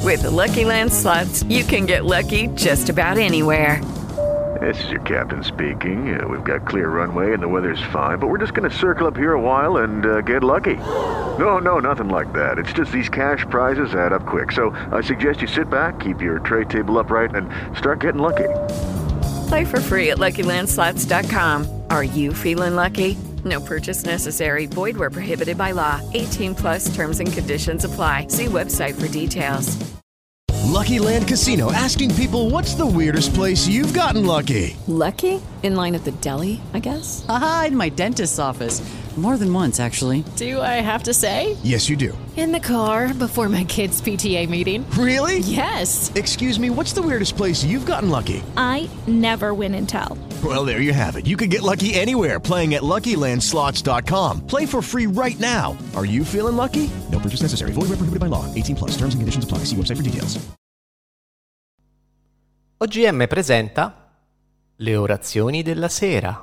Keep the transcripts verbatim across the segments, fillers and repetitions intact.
With the Lucky Land Slots, you can get lucky just about anywhere. This is your captain speaking. Uh, we've got clear runway and the weather's fine, but we're just going to circle up here a while and uh, get lucky. No, no, nothing like that. It's just these cash prizes add up quick. So I suggest you sit back, keep your tray table upright, and start getting lucky. Play for free at Lucky Land Slots dot com. Are you feeling lucky? No purchase necessary. Void where prohibited by law. eighteen plus terms and conditions apply. See website for details. Lucky Land Casino, asking people, what's the weirdest place you've gotten lucky? Lucky? In line at the deli, I guess? Aha, in my dentist's office. More than once, actually. Do I have to say? Yes, you do. In the car before my kids' P T A meeting. Really? Yes. Excuse me, what's the weirdest place you've gotten lucky? I never win and tell. Well, there you have it. You can get lucky anywhere, playing at Lucky Land Slots dot com. Play for free right now. Are you feeling lucky? No purchase necessary. Void where prohibited by law. eighteen plus. Terms and conditions apply. See website for details. O G M presenta le orazioni della sera.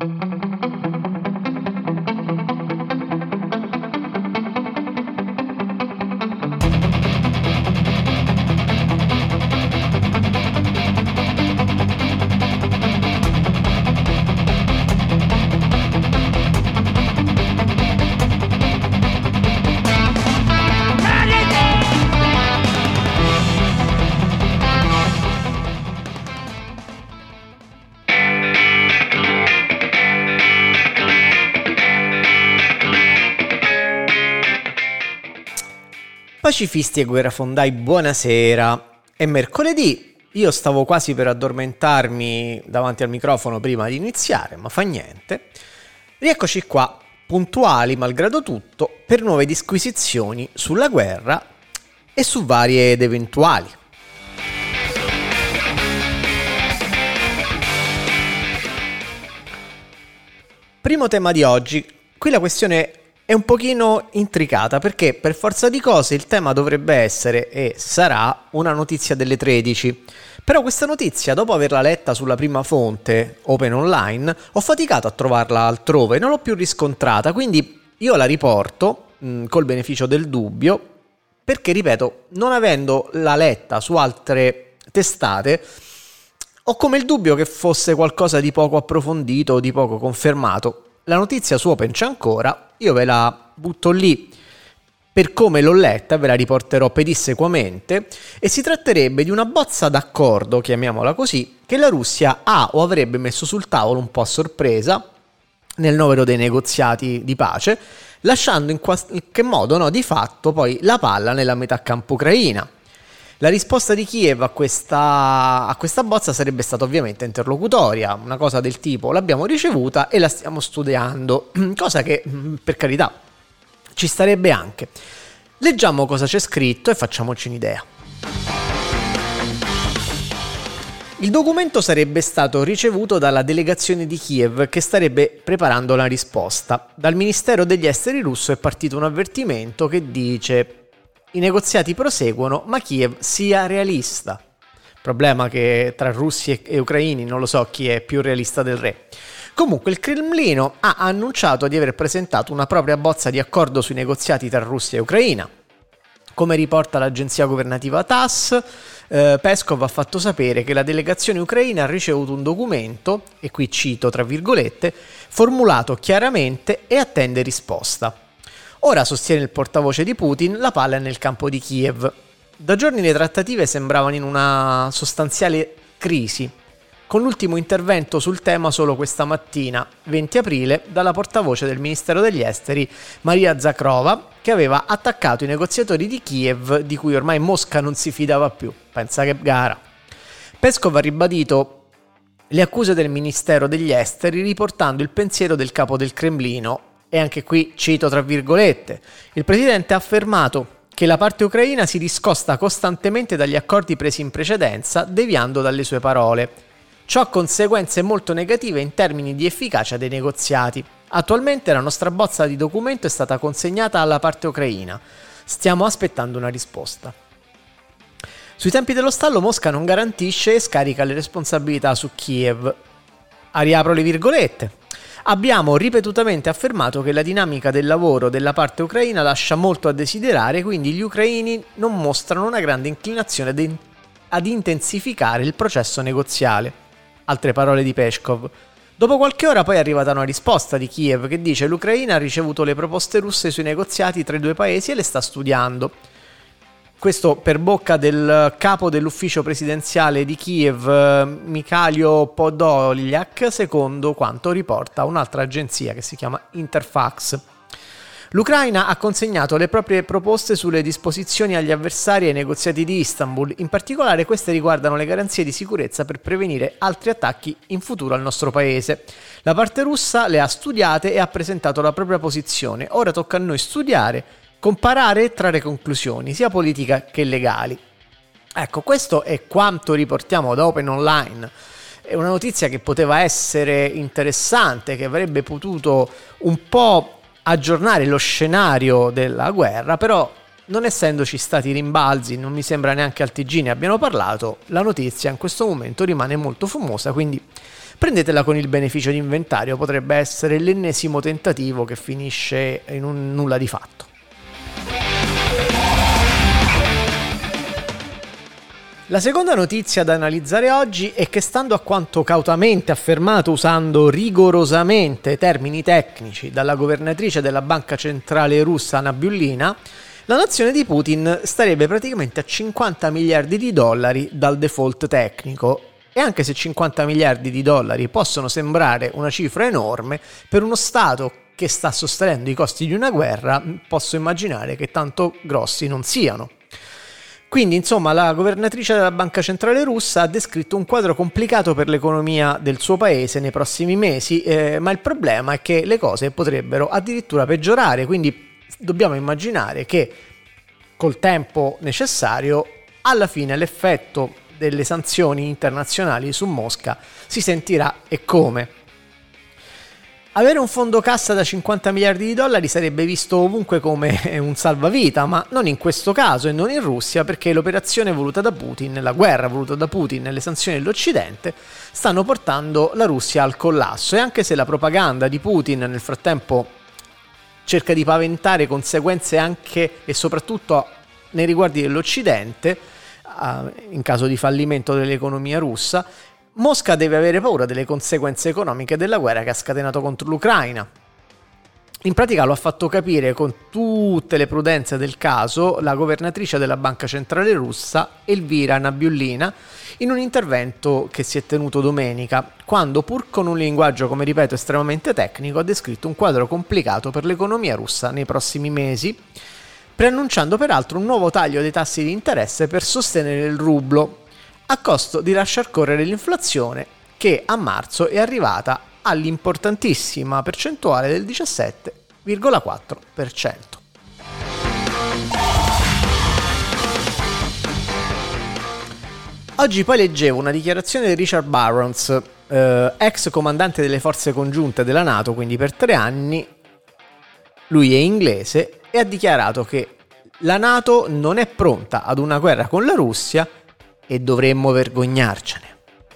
Pacifisti e guerrafondai, buonasera. È mercoledì, io stavo quasi per addormentarmi davanti al microfono prima di iniziare, ma fa niente. Rieccoci qua, puntuali malgrado tutto, per nuove disquisizioni sulla guerra e su varie ed eventuali. Primo tema di oggi, qui la questione è un pochino intricata perché per forza di cose il tema dovrebbe essere e sarà una notizia delle tredici. Però questa notizia, dopo averla letta sulla prima fonte, Open Online, ho faticato a trovarla altrove, non l'ho più riscontrata, quindi io la riporto mh, col beneficio del dubbio, perché ripeto, non avendo la letta su altre testate, ho come il dubbio che fosse qualcosa di poco approfondito o di poco confermato. La notizia su Open c'è ancora, io ve la butto lì per come l'ho letta, ve la riporterò pedissequamente, e si tratterebbe di una bozza d'accordo, chiamiamola così, che la Russia ha o avrebbe messo sul tavolo un po' a sorpresa nel novero dei negoziati di pace, lasciando in qualche modo, no, di fatto poi la palla nella metà campo ucraina. La risposta di Kiev a questa, a questa bozza sarebbe stata ovviamente interlocutoria, una cosa del tipo: l'abbiamo ricevuta e la stiamo studiando, cosa che per carità ci starebbe anche. Leggiamo cosa c'è scritto e facciamoci un'idea. Il documento sarebbe stato ricevuto dalla delegazione di Kiev che starebbe preparando la risposta. Dal Ministero degli Esteri russo è partito un avvertimento che dice: i negoziati proseguono, ma Kiev sia realista. Problema che tra russi e ucraini non lo so chi è più realista del re. Comunque il Cremlino ha annunciato di aver presentato una propria bozza di accordo sui negoziati tra Russia e Ucraina. Come riporta l'agenzia governativa T A S S, eh, Peskov ha fatto sapere che la delegazione ucraina ha ricevuto un documento, e qui cito tra virgolette, formulato chiaramente e attende risposta. Ora, sostiene il portavoce di Putin, la palla è nel campo di Kiev. Da giorni le trattative sembravano in una sostanziale crisi, con l'ultimo intervento sul tema solo questa mattina, venti aprile, dalla portavoce del Ministero degli Esteri, Maria Zakharova, che aveva attaccato i negoziatori di Kiev, di cui ormai Mosca non si fidava più. Pensa che gara. Peskov ha ribadito le accuse del Ministero degli Esteri, riportando il pensiero del capo del Cremlino. E anche qui cito tra virgolette, il presidente ha affermato che la parte ucraina si discosta costantemente dagli accordi presi in precedenza, deviando dalle sue parole. Ciò ha conseguenze molto negative in termini di efficacia dei negoziati. Attualmente la nostra bozza di documento è stata consegnata alla parte ucraina. Stiamo aspettando una risposta. Sui tempi dello stallo Mosca non garantisce e scarica le responsabilità su Kiev. Ah, riapro le virgolette. Abbiamo ripetutamente affermato che la dinamica del lavoro della parte ucraina lascia molto a desiderare, quindi gli ucraini non mostrano una grande inclinazione ad, in- ad intensificare il processo negoziale. Altre parole di Peskov. Dopo qualche ora poi è arrivata una risposta di Kiev che dice: l'Ucraina ha ricevuto le proposte russe sui negoziati tra i due paesi e le sta studiando. Questo per bocca del capo dell'ufficio presidenziale di Kiev, Mikhailo Podolyak, secondo quanto riporta un'altra agenzia che si chiama Interfax. L'Ucraina ha consegnato le proprie proposte sulle disposizioni agli avversari ai negoziati di Istanbul. In particolare queste riguardano le garanzie di sicurezza per prevenire altri attacchi in futuro al nostro paese. La parte russa le ha studiate e ha presentato la propria posizione. Ora tocca a noi studiare, comparare e trarre conclusioni, sia politiche che legali. Ecco, questo è quanto riportiamo da Open Online. È una notizia che poteva essere interessante, che avrebbe potuto un po' aggiornare lo scenario della guerra, però non essendoci stati rimbalzi, non mi sembra neanche al T G ne abbiano parlato, la notizia in questo momento rimane molto fumosa, quindi prendetela con il beneficio di inventario, potrebbe essere l'ennesimo tentativo che finisce in un nulla di fatto. La seconda notizia da analizzare oggi è che, stando a quanto cautamente affermato usando rigorosamente termini tecnici dalla governatrice della banca centrale russa Nabiullina, la nazione di Putin starebbe praticamente a cinquanta miliardi di dollari dal default tecnico. E anche se cinquanta miliardi di dollari possono sembrare una cifra enorme, per uno Stato che sta sostenendo i costi di una guerra, posso immaginare che tanto grossi non siano. Quindi, insomma, la governatrice della Banca Centrale Russa ha descritto un quadro complicato per l'economia del suo paese nei prossimi mesi, eh, ma il problema è che le cose potrebbero addirittura peggiorare, quindi dobbiamo immaginare che col tempo necessario, alla fine l'effetto delle sanzioni internazionali su Mosca si sentirà e come. Avere un fondo cassa da cinquanta miliardi di dollari sarebbe visto ovunque come un salvavita, ma non in questo caso e non in Russia, perché l'operazione voluta da Putin, la guerra voluta da Putin e le sanzioni dell'Occidente stanno portando la Russia al collasso, e anche se la propaganda di Putin nel frattempo cerca di paventare conseguenze anche e soprattutto nei riguardi dell'Occidente, in caso di fallimento dell'economia russa, Mosca deve avere paura delle conseguenze economiche della guerra che ha scatenato contro l'Ucraina. In pratica lo ha fatto capire con tutte le prudenze del caso la governatrice della Banca Centrale Russa, Elvira Nabiullina, in un intervento che si è tenuto domenica, quando, pur con un linguaggio, come ripeto, estremamente tecnico, ha descritto un quadro complicato per l'economia russa nei prossimi mesi, preannunciando peraltro un nuovo taglio dei tassi di interesse per sostenere il rublo, a costo di lasciar correre l'inflazione, che a marzo è arrivata all'importantissima percentuale del diciassette virgola quattro per cento. Oggi poi leggevo una dichiarazione di Richard Barrons, eh, ex comandante delle forze congiunte della NATO, quindi per tre anni. Lui è inglese e ha dichiarato che la NATO non è pronta ad una guerra con la Russia e dovremmo vergognarcene.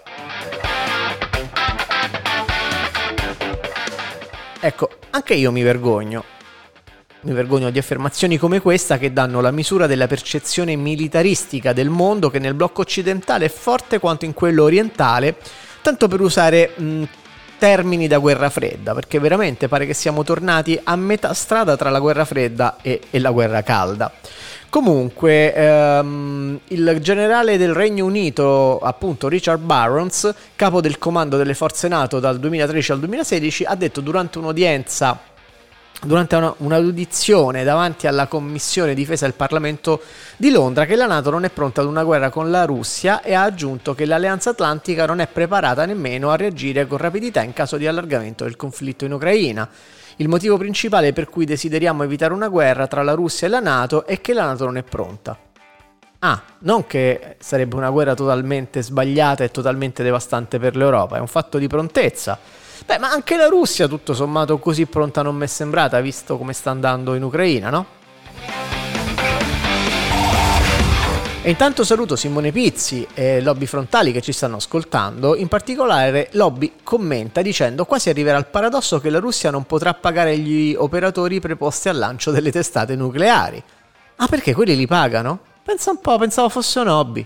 Ecco, anche io mi vergogno. Mi vergogno di affermazioni come questa, che danno la misura della percezione militaristica del mondo, che nel blocco occidentale è forte quanto in quello orientale, tanto per usare mh, termini da guerra fredda, perché veramente pare che siamo tornati a metà strada tra la guerra fredda e, e la guerra calda. Comunque, ehm, il generale del Regno Unito, appunto Richard Barrons, capo del comando delle forze NATO dal duemilatredici al duemilasedici, ha detto durante un'udienza, durante una, un'audizione davanti alla Commissione Difesa del Parlamento di Londra, che la NATO non è pronta ad una guerra con la Russia, e ha aggiunto che l'Alleanza Atlantica non è preparata nemmeno a reagire con rapidità in caso di allargamento del conflitto in Ucraina. Il motivo principale per cui desideriamo evitare una guerra tra la Russia e la NATO è che la NATO non è pronta. Ah, non che sarebbe una guerra totalmente sbagliata e totalmente devastante per l'Europa, è un fatto di prontezza. Beh, ma anche la Russia, tutto sommato, così pronta non mi è sembrata, visto come sta andando in Ucraina, no? E intanto saluto Simone Pizzi e Lobby Frontali che ci stanno ascoltando. In particolare Lobby commenta dicendo: quasi arriverà il paradosso che la Russia non potrà pagare gli operatori preposti al lancio delle testate nucleari. Ah, perché quelli li pagano? Pensa un po', pensavo fosse un hobby.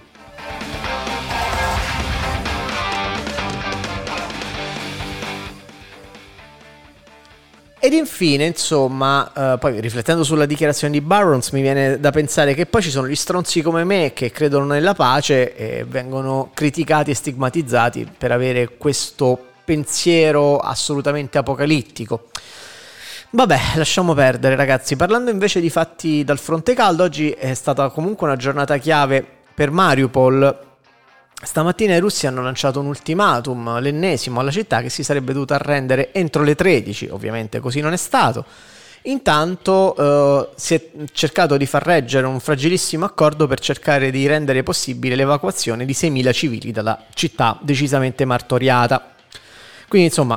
Ed infine, insomma, eh, poi riflettendo sulla dichiarazione di Barrons, mi viene da pensare che poi ci sono gli stronzi come me che credono nella pace e vengono criticati e stigmatizzati per avere questo pensiero assolutamente apocalittico. Vabbè, lasciamo perdere, ragazzi. Parlando invece di fatti dal fronte caldo, oggi è stata comunque una giornata chiave per Mariupol. Stamattina i russi hanno lanciato un ultimatum, l'ennesimo, alla città che si sarebbe dovuta arrendere entro le tredici, ovviamente così non è stato. Intanto eh, si è cercato di far reggere un fragilissimo accordo per cercare di rendere possibile l'evacuazione di seimila civili dalla città decisamente martoriata. Quindi insomma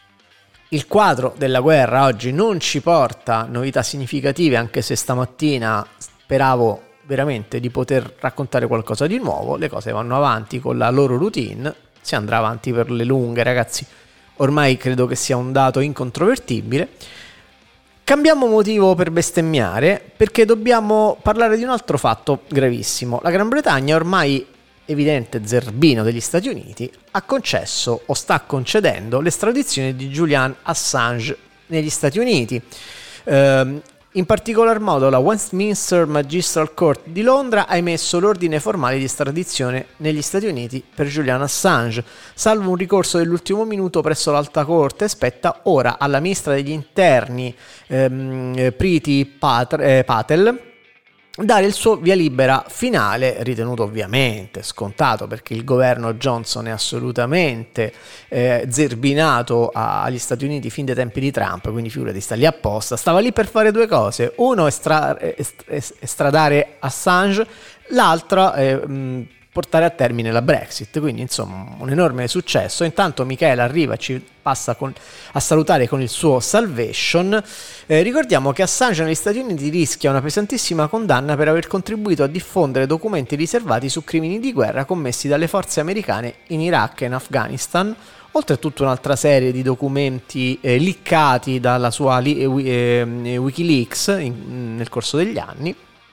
il quadro della guerra oggi non ci porta novità significative, anche se stamattina speravo veramente di poter raccontare qualcosa di nuovo. Le cose vanno avanti con la loro routine, si andrà avanti per le lunghe, ragazzi, ormai credo che sia un dato incontrovertibile. Cambiamo motivo per bestemmiare, perché dobbiamo parlare di un altro fatto gravissimo. La Gran Bretagna, ormai evidente zerbino degli Stati Uniti, ha concesso o sta concedendo l'estradizione di Julian Assange negli Stati Uniti. Ehm, In particolar modo la Westminster Magistrate Court di Londra ha emesso l'ordine formale di estradizione negli Stati Uniti per Julian Assange, salvo un ricorso dell'ultimo minuto presso l'Alta Corte. Spetta ora alla ministra degli Interni ehm, Priti Pat- eh, Patel dare il suo via libera finale, ritenuto ovviamente scontato perché il governo Johnson è assolutamente eh, zerbinato agli Stati Uniti fin dai tempi di Trump, quindi figurati, sta lì apposta, stava lì per fare due cose: uno estra- estradare Assange, l'altra eh, mh, portare a termine la Brexit. Quindi insomma un enorme successo. Intanto Michela arriva e ci passa con, a salutare con il suo Salvation. Eh, ricordiamo che Assange negli Stati Uniti rischia una pesantissima condanna per aver contribuito a diffondere documenti riservati su crimini di guerra commessi dalle forze americane in Iraq e in Afghanistan, oltre a tutta un'altra serie di documenti eh, leakati dalla sua li, eh, eh, Wikileaks in, nel corso degli anni.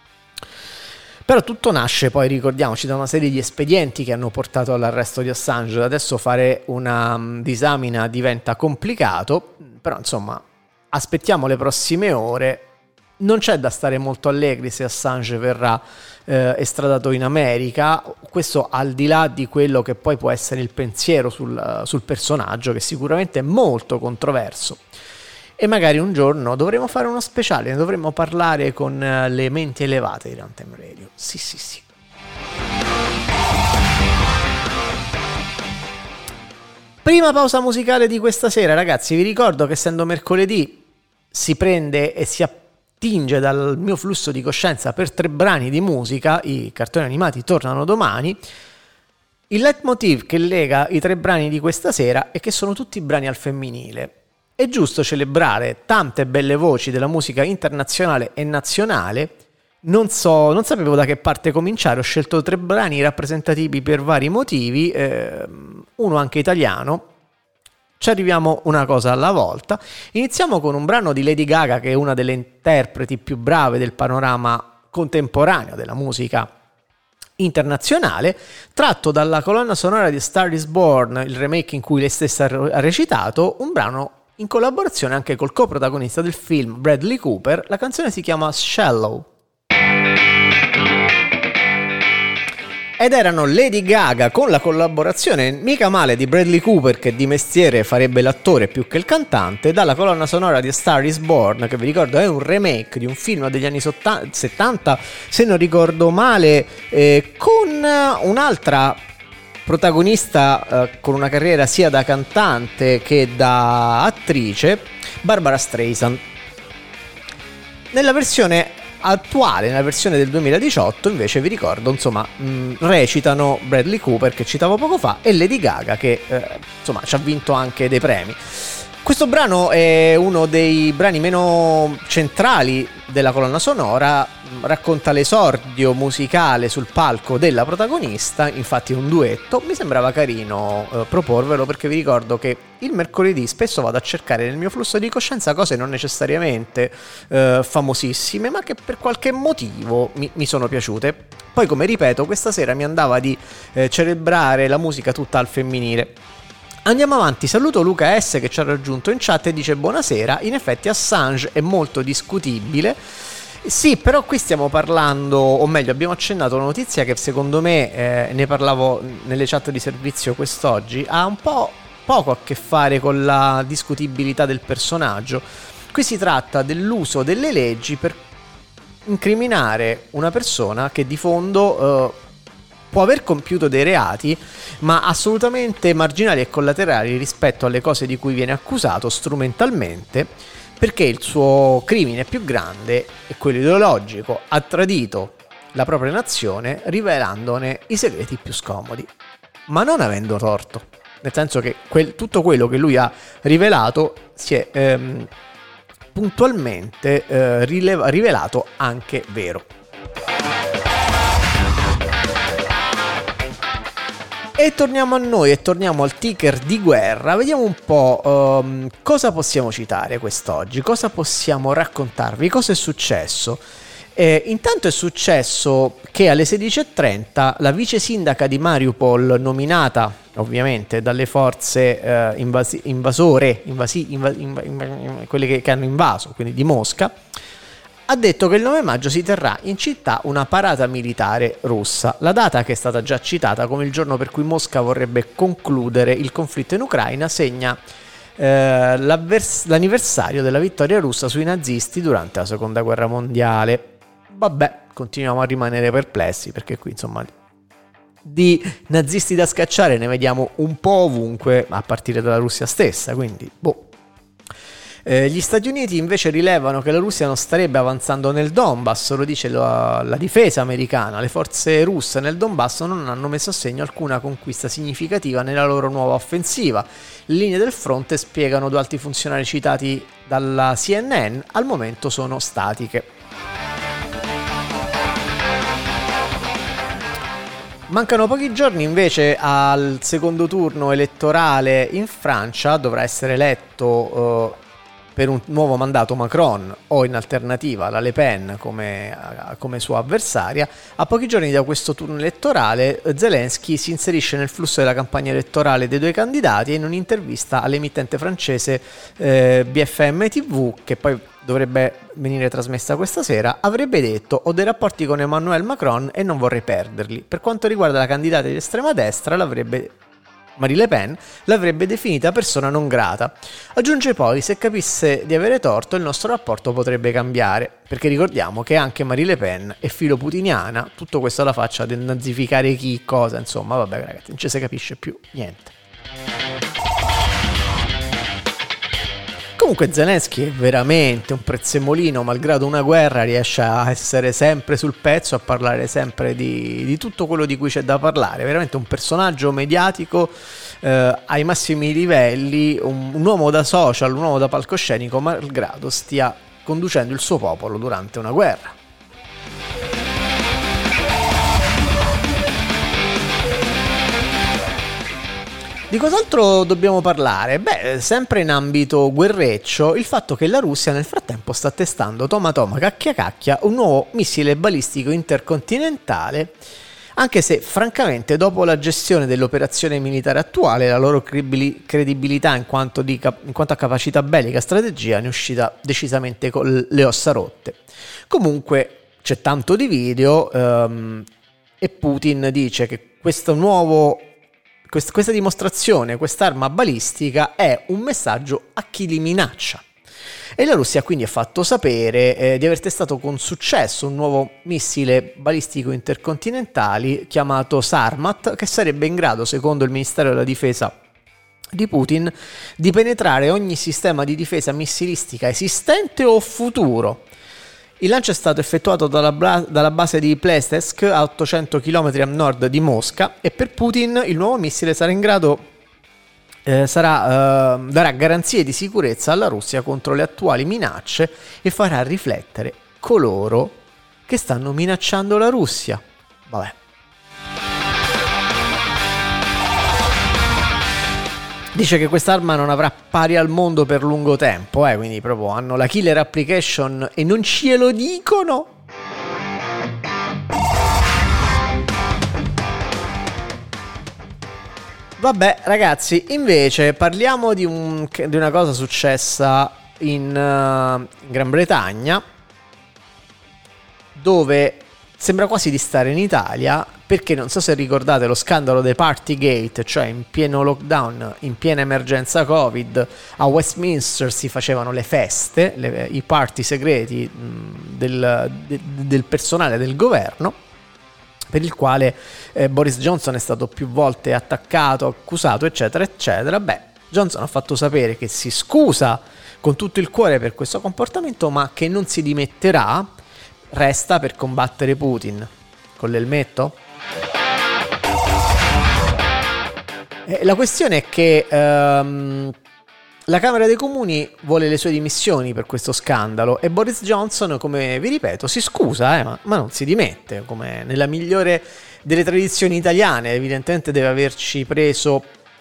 Però tutto nasce, poi ricordiamoci, da una serie di espedienti che hanno portato all'arresto di Assange. Adesso fare una um, disamina diventa complicato, però insomma aspettiamo le prossime ore. Non c'è da stare molto allegri se Assange verrà eh, estradato in America, questo al di là di quello che poi può essere il pensiero sul, sul personaggio, che sicuramente è molto controverso. E magari un giorno dovremo fare uno speciale, ne dovremo parlare con le menti elevate di Runtime Radio. Sì, sì, sì. Prima pausa musicale di questa sera, ragazzi. Vi ricordo che essendo mercoledì si prende e si attinge dal mio flusso di coscienza per tre brani di musica. I cartoni animati tornano domani. Il leitmotiv che lega i tre brani di questa sera è che sono tutti brani al femminile. È giusto celebrare tante belle voci della musica internazionale e nazionale. Non so, non sapevo da che parte cominciare, ho scelto tre brani rappresentativi per vari motivi, eh, uno anche italiano. Ci arriviamo una cosa alla volta. Iniziamo con un brano di Lady Gaga, che è una delle interpreti più brave del panorama contemporaneo della musica internazionale, tratto dalla colonna sonora di Star is Born, il remake in cui lei stessa ha recitato, un brano in collaborazione anche col coprotagonista del film Bradley Cooper. La canzone si chiama Shallow. Ed erano Lady Gaga con la collaborazione mica male di Bradley Cooper, che di mestiere farebbe l'attore più che il cantante, dalla colonna sonora di Star is Born, che vi ricordo è un remake di un film degli anni settanta, se non ricordo male, eh, con un'altra protagonista eh, con una carriera sia da cantante che da attrice, Barbara Streisand. Nella versione attuale, nella versione del duemiladiciotto, invece vi ricordo, insomma, mh, recitano Bradley Cooper, che citavo poco fa, e Lady Gaga, che eh, insomma ci ha vinto anche dei premi. Questo brano è uno dei brani meno centrali della colonna sonora, racconta l'esordio musicale sul palco della protagonista, infatti è un duetto. Mi sembrava carino eh, proporvelo, perché vi ricordo che il mercoledì spesso vado a cercare nel mio flusso di coscienza cose non necessariamente eh, famosissime, ma che per qualche motivo mi, mi sono piaciute. Poi, come ripeto, questa sera mi andava di eh, celebrare la musica tutta al femminile. Andiamo avanti, saluto Luca S che ci ha raggiunto in chat e dice buonasera, in effetti Assange è molto discutibile. Sì, però qui stiamo parlando, o meglio abbiamo accennato una notizia che secondo me, eh, ne parlavo nelle chat di servizio quest'oggi, ha un po' poco a che fare con la discutibilità del personaggio. Qui si tratta dell'uso delle leggi per incriminare una persona che di fondo eh, può aver compiuto dei reati, ma assolutamente marginali e collaterali rispetto alle cose di cui viene accusato strumentalmente, perché il suo crimine più grande è quello ideologico, ha tradito la propria nazione rivelandone i segreti più scomodi, ma non avendo torto, nel senso che quel, tutto quello che lui ha rivelato si è ehm, puntualmente eh, rileva, rivelato anche vero. E torniamo a noi e torniamo al ticker di guerra. Vediamo un po' um, cosa possiamo citare quest'oggi, cosa possiamo raccontarvi, cosa è successo. Eh, intanto è successo che alle sedici e trenta la vice sindaca di Mariupol, nominata ovviamente dalle forze eh, invasi- invasore, invasi- inv- inv- inv- quelle che, che hanno invaso, quindi di Mosca, ha detto che il nove maggio si terrà in città una parata militare russa. La data, che è stata già citata come il giorno per cui Mosca vorrebbe concludere il conflitto in Ucraina, segna eh, l'anniversario della vittoria russa sui nazisti durante la seconda guerra mondiale. Vabbè, continuiamo a rimanere perplessi, perché qui insomma di nazisti da scacciare ne vediamo un po' ovunque, a partire dalla Russia stessa, quindi boh. Eh, gli Stati Uniti invece rilevano che la Russia non starebbe avanzando nel Donbass, lo dice la, la difesa americana. Le forze russe nel Donbass non hanno messo a segno alcuna conquista significativa nella loro nuova offensiva. Le linee del fronte, spiegano due alti funzionari citati dalla C N N, al momento sono statiche. Mancano pochi giorni invece al secondo turno elettorale in Francia. Dovrà essere eletto eh, per un nuovo mandato Macron, o in alternativa la Le Pen come, come sua avversaria. A pochi giorni da questo turno elettorale Zelensky si inserisce nel flusso della campagna elettorale dei due candidati e in un'intervista all'emittente francese eh, B F M T V, che poi dovrebbe venire trasmessa questa sera, avrebbe detto: ho dei rapporti con Emmanuel Macron e non vorrei perderli. Per quanto riguarda la candidata di estrema destra, l'avrebbe Marine Le Pen l'avrebbe definita persona non grata. Aggiunge poi: se capisse di avere torto il nostro rapporto potrebbe cambiare, perché ricordiamo che anche Marine Le Pen è filoputiniana. Tutto questo alla faccia del nazificare chi, cosa, insomma vabbè ragazzi, non ci si capisce più niente. Comunque Zelensky è veramente un prezzemolino, malgrado una guerra riesce a essere sempre sul pezzo, a parlare sempre di, di tutto quello di cui c'è da parlare. Veramente un personaggio mediatico eh, ai massimi livelli, un, un uomo da social, un uomo da palcoscenico, malgrado stia conducendo il suo popolo durante una guerra. Di cos'altro dobbiamo parlare? Beh, sempre in ambito guerreccio, il fatto che la Russia nel frattempo sta testando toma toma cacchia cacchia un nuovo missile balistico intercontinentale, anche se francamente dopo la gestione dell'operazione militare attuale la loro credibilità in quanto, di, in quanto a capacità bellica e strategia ne è uscita decisamente con le ossa rotte. Comunque c'è tanto di video ehm, e Putin dice che questo nuovo Questa dimostrazione, quest'arma balistica è un messaggio a chi li minaccia. E la Russia quindi ha fatto sapere eh, di aver testato con successo un nuovo missile balistico intercontinentale chiamato Sarmat, che sarebbe in grado, secondo il Ministero della Difesa di Putin, di penetrare ogni sistema di difesa missilistica esistente o futuro. Il lancio è stato effettuato dalla, bla- dalla base di Plesetsk a ottocento chilometri a nord di Mosca, e per Putin il nuovo missile sarà in grado eh, sarà, eh, darà garanzie di sicurezza alla Russia contro le attuali minacce e farà riflettere coloro che stanno minacciando la Russia. Vabbè. Dice che quest'arma non avrà pari al mondo per lungo tempo, eh, quindi proprio hanno la killer application e non ce lo dicono. Vabbè ragazzi, invece parliamo di, un, di una cosa successa in, uh, in Gran Bretagna, dove sembra quasi di stare in Italia, perché non so se ricordate lo scandalo dei Partygate, cioè in pieno lockdown, in piena emergenza Covid, a Westminster si facevano le feste, le, i party segreti mh, del, de, del personale del governo, per il quale eh, Boris Johnson è stato più volte attaccato, accusato, eccetera, eccetera. Beh, Johnson ha fatto sapere che si scusa con tutto il cuore per questo comportamento, ma che non si dimetterà, resta per combattere Putin. Con l'elmetto? Eh, la questione è che ehm, la Camera dei Comuni vuole le sue dimissioni per questo scandalo e Boris Johnson, come vi ripeto, si scusa, eh, ma, ma non si dimette, come nella migliore delle tradizioni italiane. Evidentemente deve averci preso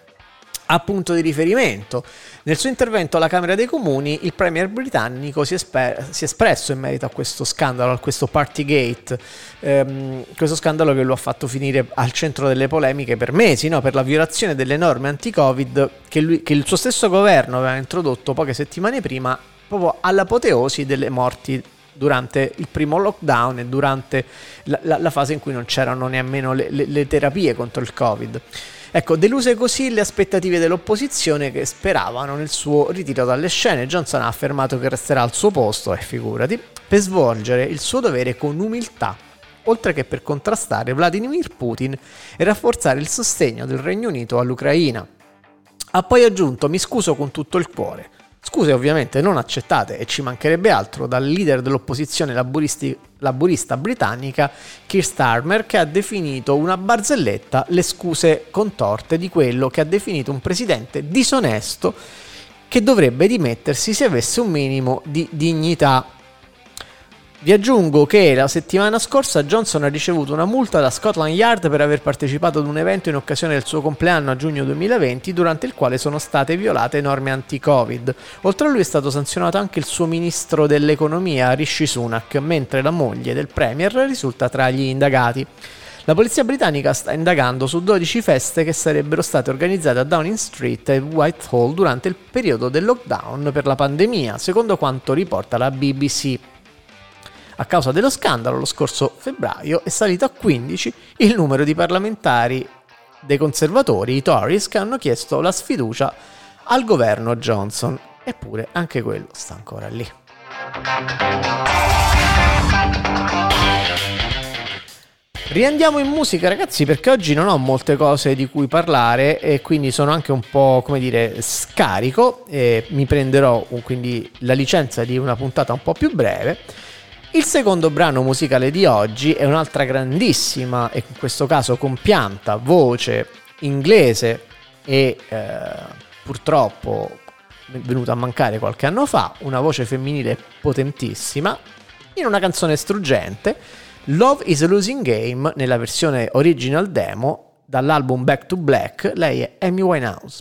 a punto di riferimento. Nel suo intervento alla Camera dei Comuni il premier britannico si, esper- si è espresso in merito a questo scandalo, a questo Partygate, ehm, questo scandalo che lo ha fatto finire al centro delle polemiche per mesi, no? Per la violazione delle norme anti-Covid che, lui, che il suo stesso governo aveva introdotto poche settimane prima, proprio all'apoteosi delle morti durante il primo lockdown e durante la, la, la fase in cui non c'erano nemmeno le, le, le terapie contro il Covid. Ecco, deluse così le aspettative dell'opposizione che speravano nel suo ritiro dalle scene. Johnson ha affermato che resterà al suo posto, e eh, figurati, per svolgere il suo dovere con umiltà, oltre che per contrastare Vladimir Putin e rafforzare il sostegno del Regno Unito all'Ucraina. Ha poi aggiunto: mi scuso con tutto il cuore. Scuse ovviamente non accettate, e ci mancherebbe altro, dal leader dell'opposizione laburisti, laburista britannica Keir Starmer, che ha definito una barzelletta le scuse contorte di quello che ha definito un presidente disonesto che dovrebbe dimettersi se avesse un minimo di dignità. Vi aggiungo che la settimana scorsa Johnson ha ricevuto una multa da Scotland Yard per aver partecipato ad un evento in occasione del suo compleanno a giugno duemilaventi, durante il quale sono state violate norme anti-Covid. Oltre a lui è stato sanzionato anche il suo ministro dell'economia Rishi Sunak, mentre la moglie del premier risulta tra gli indagati. La polizia britannica sta indagando su dodici feste che sarebbero state organizzate a Downing Street e Whitehall durante il periodo del lockdown per la pandemia, secondo quanto riporta la B B C. A causa dello scandalo, lo scorso febbraio è salito a quindici il numero di parlamentari dei conservatori, i Tories, che hanno chiesto la sfiducia al governo Johnson. Eppure anche quello sta ancora lì. Riandiamo in musica, ragazzi, perché oggi non ho molte cose di cui parlare e quindi sono anche un po', come dire, scarico, e mi prenderò quindi la licenza di una puntata un po' più breve. Il secondo brano musicale di oggi è un'altra grandissima, e in questo caso compianta, voce inglese e eh, purtroppo venuta a mancare qualche anno fa, una voce femminile potentissima, in una canzone struggente, Love is a Losing Game, nella versione original demo dall'album Back to Black. Lei è Amy Winehouse.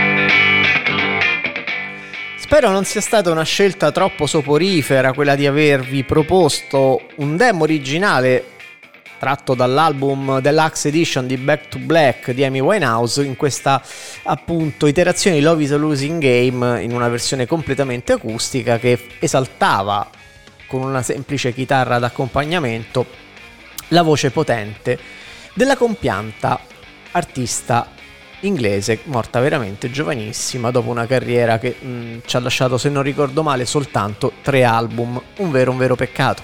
Spero non sia stata una scelta troppo soporifera quella di avervi proposto un demo originale tratto dall'album Deluxe Edition di Back to Black di Amy Winehouse, in questa appunto iterazione di Love is a Losing Game in una versione completamente acustica che esaltava con una semplice chitarra d'accompagnamento la voce potente della compianta artista inglese, morta veramente giovanissima dopo una carriera che mh, ci ha lasciato, se non ricordo male, soltanto tre album. Un vero, un vero peccato.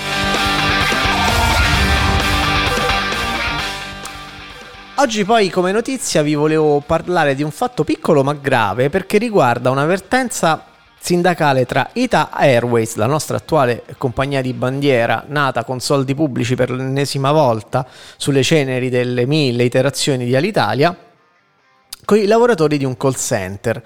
Oggi poi, come notizia, vi volevo parlare di un fatto piccolo ma grave, perché riguarda un'avvertenza sindacale tra Ita Airways, la nostra attuale compagnia di bandiera, nata con soldi pubblici per l'ennesima volta sulle ceneri delle mille iterazioni di Alitalia, con i lavoratori di un call center.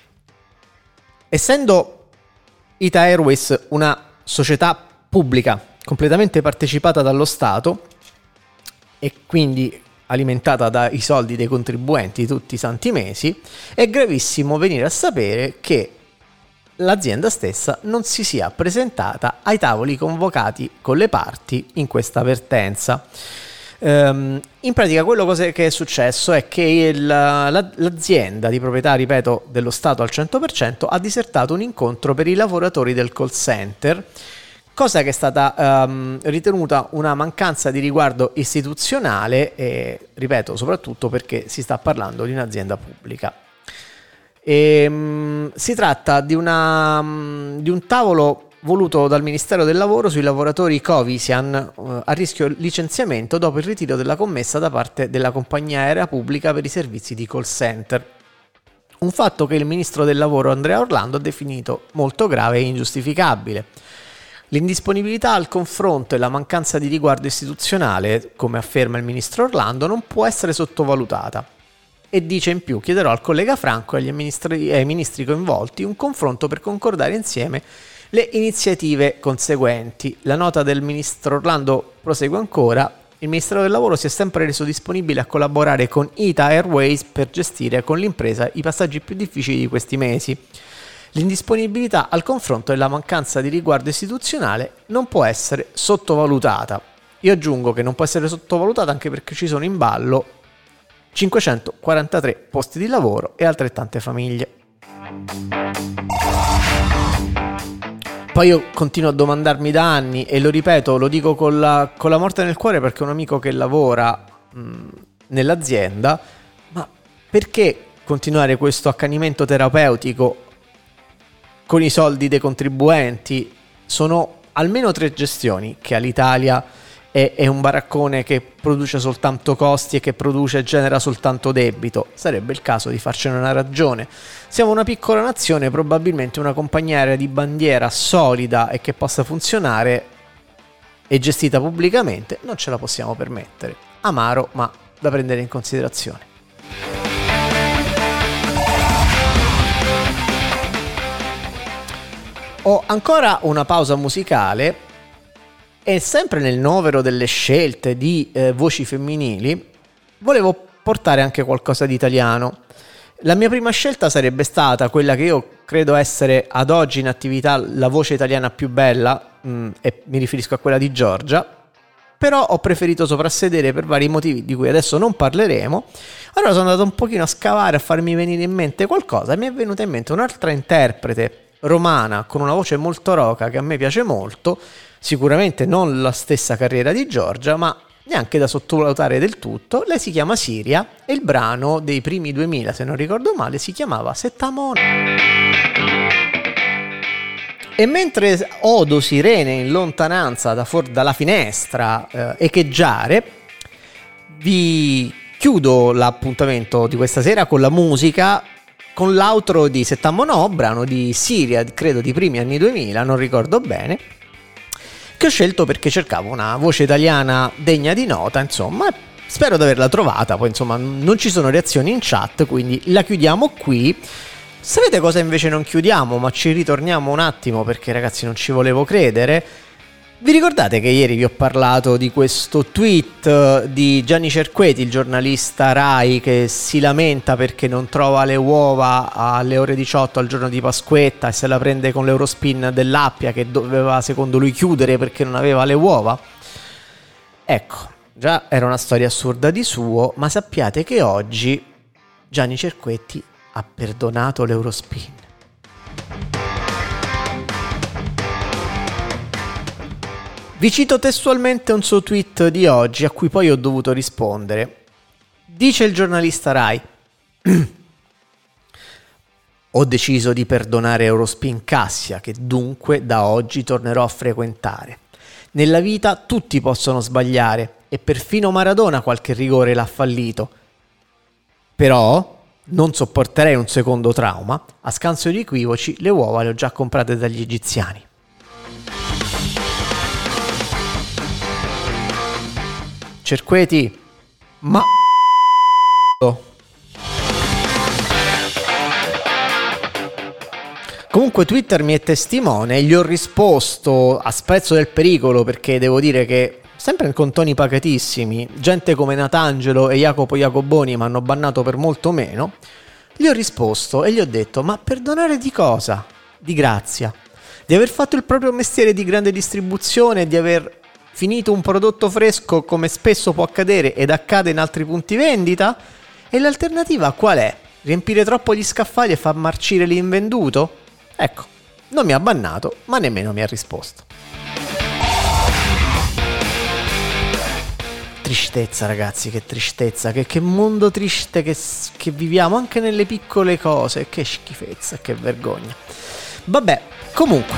Essendo Ita Airways una società pubblica completamente partecipata dallo Stato e quindi alimentata dai soldi dei contribuenti tutti i santi mesi, è gravissimo venire a sapere che l'azienda stessa non si sia presentata ai tavoli convocati con le parti in questa vertenza. Um, in pratica quello che è successo è che il, la, l'azienda di proprietà, ripeto, dello Stato al cento per cento ha disertato un incontro per i lavoratori del call center, cosa che è stata um, ritenuta una mancanza di riguardo istituzionale e, ripeto, soprattutto perché si sta parlando di un'azienda pubblica. E, um, si tratta di, una, um, di un tavolo voluto dal Ministero del Lavoro sui lavoratori Covisian uh, a rischio licenziamento dopo il ritiro della commessa da parte della compagnia aerea pubblica per i servizi di call center. Un fatto che il Ministro del Lavoro Andrea Orlando ha definito molto grave e ingiustificabile. L'indisponibilità al confronto e la mancanza di riguardo istituzionale, come afferma il Ministro Orlando, non può essere sottovalutata. E dice in più: chiederò al collega Franco e agli ministri, ai ministri coinvolti un confronto per concordare insieme le iniziative conseguenti. La nota del Ministro Orlando prosegue ancora: il Ministero del Lavoro si è sempre reso disponibile a collaborare con Ita Airways per gestire con l'impresa i passaggi più difficili di questi mesi. L'indisponibilità al confronto e la mancanza di riguardo istituzionale non può essere sottovalutata. Io aggiungo che non può essere sottovalutata anche perché ci sono in ballo cinquecentoquarantatré posti di lavoro e altrettante famiglie. Poi io continuo a domandarmi da anni, e lo ripeto, lo dico con la, con la morte nel cuore perché è un amico che lavora mh, nell'azienda, ma perché continuare questo accanimento terapeutico con i soldi dei contribuenti? Sono almeno tre gestioni che all'Italia è, è un baraccone che produce soltanto costi e che produce e genera soltanto debito. Sarebbe il caso di farcene una ragione. Siamo una piccola nazione, probabilmente una compagnia aerea di bandiera solida e che possa funzionare e gestita pubblicamente non ce la possiamo permettere. Amaro, ma da prendere in considerazione. Ho ancora una pausa musicale e sempre nel novero delle scelte di eh, voci femminili volevo portare anche qualcosa di italiano. La mia prima scelta sarebbe stata quella che io credo essere ad oggi in attività la voce italiana più bella, mh, e mi riferisco a quella di Giorgia, però ho preferito soprassedere per vari motivi di cui adesso non parleremo. Allora sono andato un pochino a scavare, a farmi venire in mente qualcosa, e mi è venuta in mente un'altra interprete romana con una voce molto roca che a me piace molto, sicuramente non la stessa carriera di Giorgia, ma neanche da sottovalutare del tutto. Lei si chiama Siria e il brano dei primi duemila, se non ricordo male, si chiamava Settamona. E mentre odo sirene in lontananza da for- dalla finestra eh, echeggiare, vi chiudo l'appuntamento di questa sera con la musica, con l'outro di Settamona, brano di Siria, credo di primi anni duemila, non ricordo bene, che ho scelto perché cercavo una voce italiana degna di nota, insomma, spero di averla trovata. Poi insomma non ci sono reazioni in chat, quindi la chiudiamo qui. Sapete cosa invece non chiudiamo, ma ci ritorniamo un attimo perché ragazzi non ci volevo credere? Vi ricordate che ieri vi ho parlato di questo tweet di Gianni Cerqueti, il giornalista Rai, che si lamenta perché non trova le uova alle ore diciotto al giorno di Pasquetta e se la prende con l'Eurospin dell'Appia, che doveva secondo lui chiudere perché non aveva le uova? Ecco, già era una storia assurda di suo, ma sappiate che oggi Gianni Cerqueti ha perdonato l'Eurospin. Vi cito testualmente un suo tweet di oggi a cui poi ho dovuto rispondere. Dice il giornalista Rai: ho deciso di perdonare Eurospin Cassia, che dunque da oggi tornerò a frequentare. Nella vita tutti possono sbagliare e perfino Maradona qualche rigore l'ha fallito. Però non sopporterei un secondo trauma. A scanso di equivoci, le uova le ho già comprate dagli egiziani. Cerqueti, ma Comunque Twitter mi è testimone, gli ho risposto a sprezzo del pericolo, perché devo dire che sempre con toni pacatissimi, gente come Natangelo e Jacopo Jacoboni mi hanno bannato per molto meno. Gli ho risposto e gli ho detto: ma perdonare di cosa? Di grazia, di aver fatto il proprio mestiere di grande distribuzione, di aver finito un prodotto fresco come spesso può accadere ed accade in altri punti vendita? E l'alternativa qual è? Riempire troppo gli scaffali e far marcire l'invenduto? Ecco, non mi ha bannato, ma nemmeno mi ha risposto. Tristezza, ragazzi, che tristezza, che, che mondo triste che, che viviamo anche nelle piccole cose, che schifezza, che vergogna. Vabbè, comunque,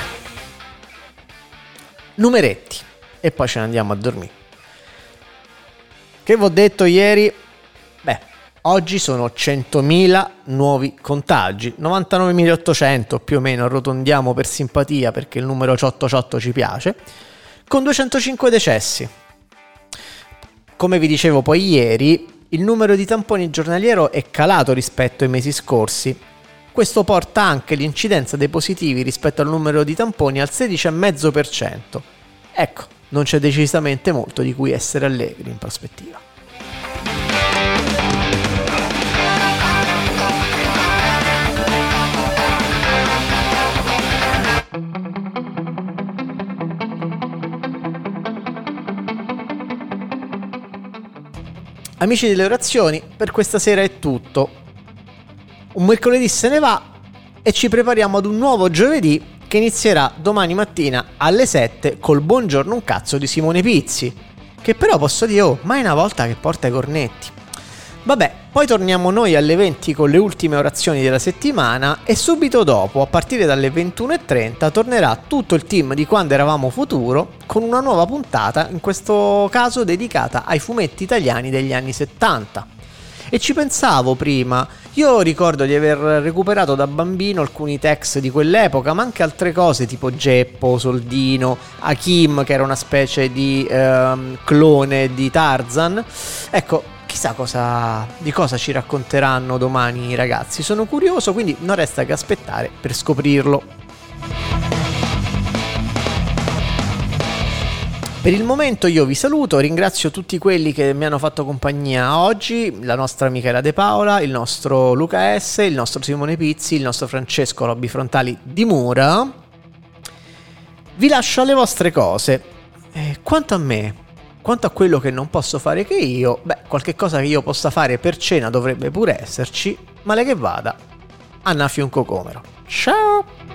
numeretti e poi ce ne andiamo a dormire. Che vi ho detto ieri? Beh, oggi sono centomila nuovi contagi, novantanovemilaottocento più o meno, arrotondiamo per simpatia perché il numero centocinque ci piace, con duecentocinque decessi. Come vi dicevo poi ieri, il numero di tamponi giornaliero è calato rispetto ai mesi scorsi. Questo porta anche l'incidenza dei positivi rispetto al numero di tamponi al sedici virgola cinque per cento. Ecco, non c'è decisamente molto di cui essere allegri in prospettiva. Amici delle orazioni, per questa sera è tutto. Un mercoledì se ne va e ci prepariamo ad un nuovo giovedì che inizierà domani mattina alle sette col Buongiorno un cazzo di Simone Pizzi, che però posso dire, oh, mai una volta che porta i cornetti. Vabbè, poi torniamo noi alle venti con le ultime orazioni della settimana e subito dopo, a partire dalle ventuno e trenta, tornerà tutto il team di Quando Eravamo Futuro con una nuova puntata, in questo caso dedicata ai fumetti italiani degli anni settanta. E ci pensavo prima, io ricordo di aver recuperato da bambino alcuni text di quell'epoca, ma anche altre cose tipo Geppo, Soldino, Hakim, che era una specie di ehm, clone di Tarzan. Ecco, chissà cosa, di cosa ci racconteranno domani i ragazzi, sono curioso, quindi non resta che aspettare per scoprirlo. Per il momento io vi saluto, ringrazio tutti quelli che mi hanno fatto compagnia oggi, la nostra Michela De Paola, il nostro Luca S, il nostro Simone Pizzi, il nostro Francesco Robbi Frontali di Mura. Vi lascio alle vostre cose. Eh, quanto a me, quanto a quello che non posso fare che io, beh, qualche cosa che io possa fare per cena dovrebbe pure esserci, male che vada, Annaffi un cocomero. Ciao!